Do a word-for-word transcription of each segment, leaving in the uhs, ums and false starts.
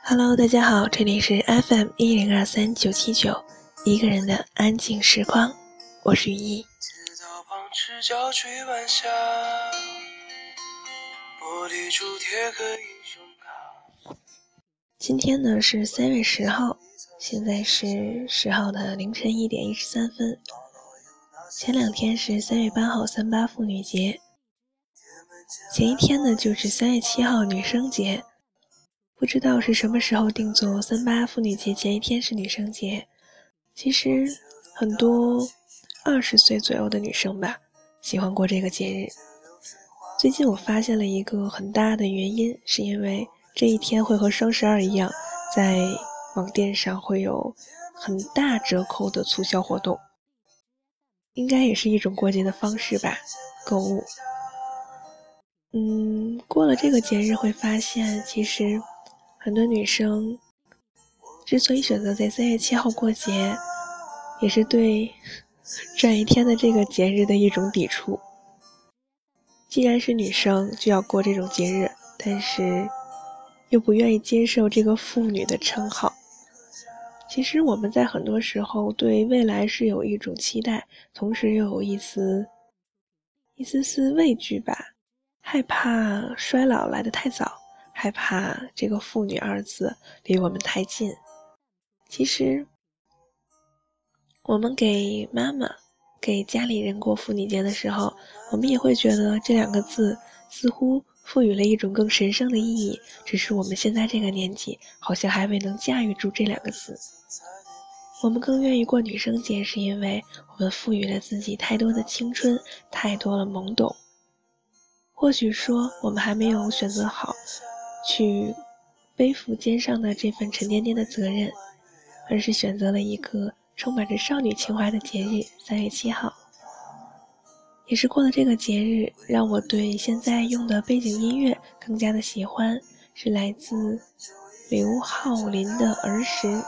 Hello， 大家好，这里是 F M 一零二三九七九，一个人的安静时光，我是雨衣。今天呢是三月十号，现在是十号的凌晨一点一十三分。前两天是三月八号三八妇女节，前一天呢就是三月七号女生节。不知道是什么时候定做三八妇女节前一天是女生节。其实很多二十岁左右的女生吧，喜欢过这个节日。最近我发现了一个很大的原因，是因为这一天会和双十二一样，在网店上会有很大折扣的促销活动，应该也是一种过节的方式吧，购物。嗯，过了这个节日会发现，其实很多女生之所以选择在三月七号过节，也是对转一天的这个节日的一种抵触。既然是女生就要过这种节日，但是又不愿意接受这个妇女的称号。其实我们在很多时候对未来是有一种期待，同时又有一丝一丝丝畏惧吧，害怕衰老来得太早，害怕这个妇女二字离我们太近。其实我们给妈妈给家里人过妇女节的时候，我们也会觉得这两个字似乎赋予了一种更神圣的意义，只是我们现在这个年纪好像还未能驾驭住这两个字。我们更愿意过女生节，是因为我们赋予了自己太多的青春，太多了懵懂。或许说我们还没有选择好去背负肩上的这份沉甸甸的责任，而是选择了一个充满着少女情怀的节日，三月七号。也是过了这个节日，让我对现在用的背景音乐更加的喜欢，是来自刘浩霖的儿时。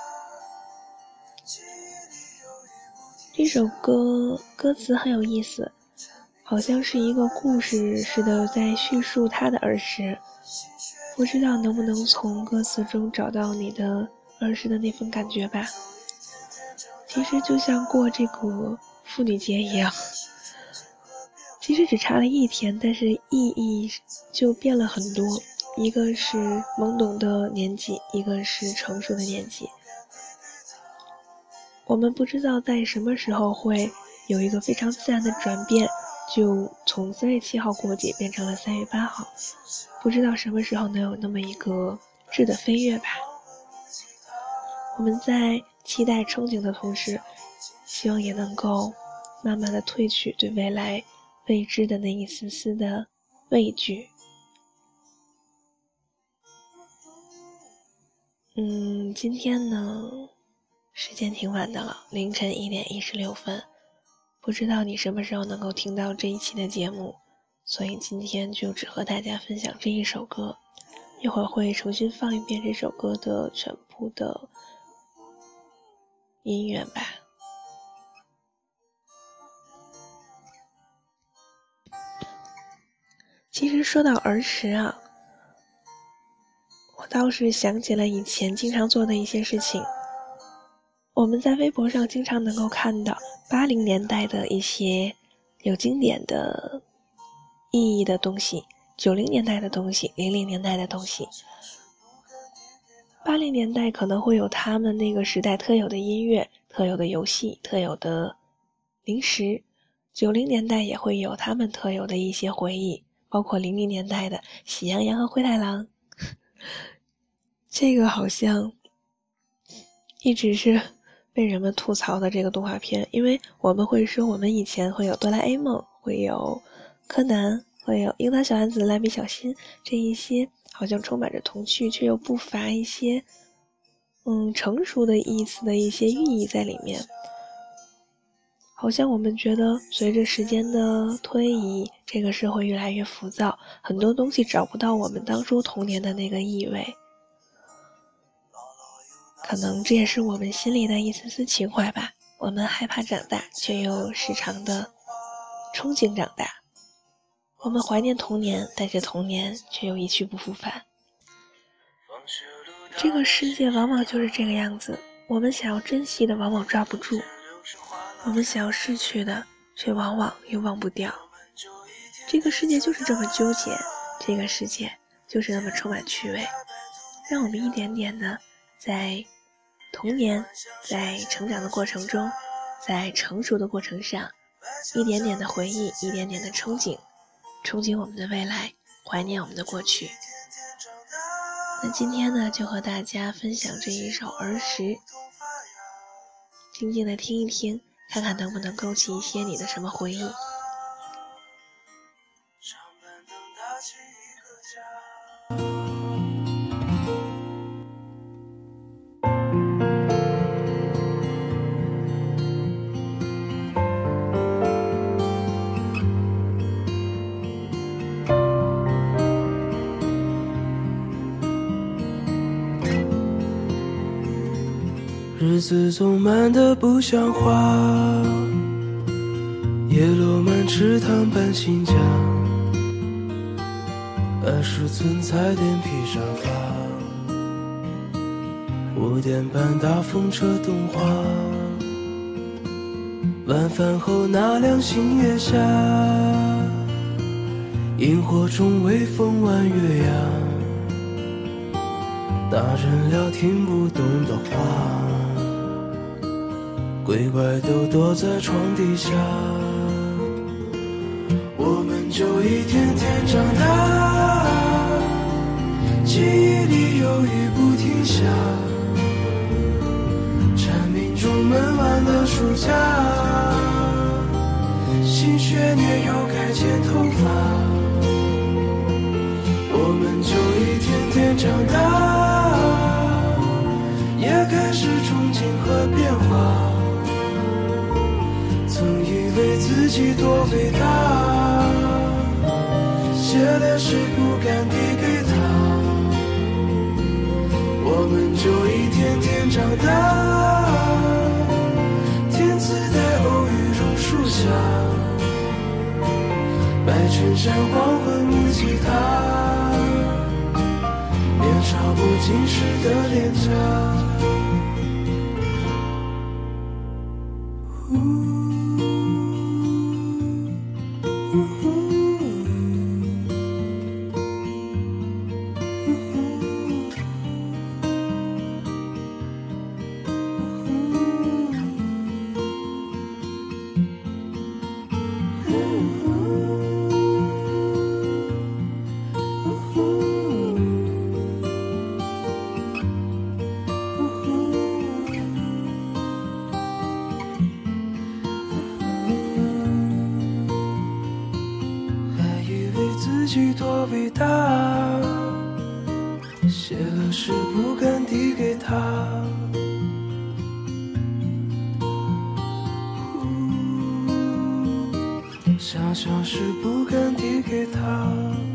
这首歌歌词很有意思，好像是一个故事似的在叙述他的儿时。不知道能不能从歌词中找到你的儿时的那份感觉吧。其实就像过这个妇女节一样，其实只差了一天，但是意义就变了很多。一个是懵懂的年纪，一个是成熟的年纪。我们不知道在什么时候会有一个非常自然的转变，就从三月七号过节变成了三月八号。不知道什么时候能有那么一个质的飞跃吧。我们在期待憧憬的同时，希望也能够慢慢的褪去对未来未知的那一丝丝的畏惧。嗯，今天呢时间挺晚的了，凌晨一点一十六分，不知道你什么时候能够听到这一期的节目，所以今天就只和大家分享这一首歌，一会儿会重新放一遍这首歌的全部的音乐吧。其实说到儿时啊，我倒是想起了以前经常做的一些事情。我们在微博上经常能够看到八零年代的一些有经典的意义的东西，九零年代的东西，零零年代的东西。八零年代可能会有他们那个时代特有的音乐，特有的游戏，特有的零食。九零年代也会有他们特有的一些回忆，包括零零年代的喜羊羊和灰太狼。这个好像一直是被人们吐槽的这个动画片，因为我们会说我们以前会有哆啦 A 梦，会有柯南，会有樱桃小丸子、蜡笔小新，这一些好像充满着童趣，却又不乏一些嗯成熟的意思的一些寓意在里面。好像我们觉得随着时间的推移，这个社会越来越浮躁，很多东西找不到我们当初童年的那个意味。可能这也是我们心里的一丝丝情怀吧。我们害怕长大，却又时常的憧憬长大。我们怀念童年，但是童年却又一去不复返。 这个世界往往就是这个样子，我们想要珍惜的往往抓不住，我们想要逝去的却往往又忘不掉。这个世界就是这么纠结，这个世界就是那么充满趣味，让我们一点点的在童年，在成长的过程中，在成熟的过程上，一点点的回忆，一点点的憧憬，憧憬我们的未来，怀念我们的过去。那今天呢，就和大家分享这一首儿时，静静的听一听，看看能不能勾起一些你的什么回忆。 日子总慢得不像话，叶落满池塘般新疆，儿时存在脸皮上发，五点半大风车动画，晚饭后那辆新月下，萤火虫微风弯月牙，大人聊听不懂的话，鬼怪都躲在床底下，我们就一天天长大，记忆里有雨不停下，蝉鸣中闷完的暑假，新学年又该剪头发，我们就一天天长大，也开始憧憬和变化，曾以为自己多伟大，写了诗不敢递给他，我们就一天天长大，天赐在偶遇榕树下，白衬衫黄昏木吉他，年少不经事的脸颊。自己多伟大，写了诗不敢递给他，想想诗不敢递给他。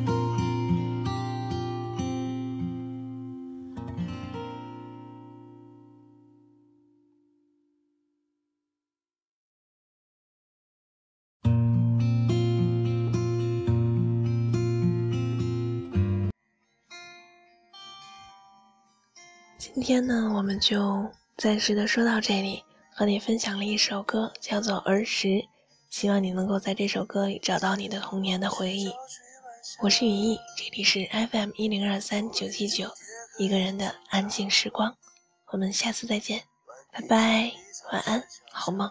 今天呢，我们就暂时的说到这里，和你分享了一首歌，叫做《儿时》，希望你能够在这首歌里找到你的童年的回忆。我是雨毅，这里是 F M 一零二三九七九，一个人的安静时光，我们下次再见，拜拜，晚安，好梦。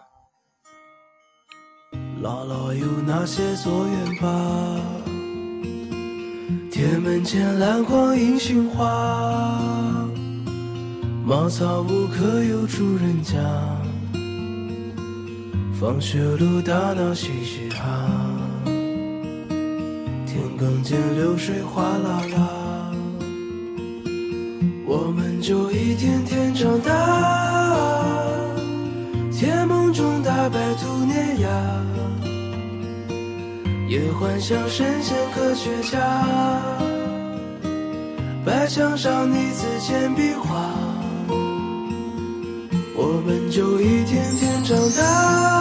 姥姥有那些作业吧，铁门前篮筐银杏花，茅草屋可有住人家，放学路打闹嘻嘻哈，田埂间流水哗啦啦，我们就一天天长大，甜梦中打败兔年牙，也幻想神仙科学家，白墙上泥字铅笔画，我们就一天天长大。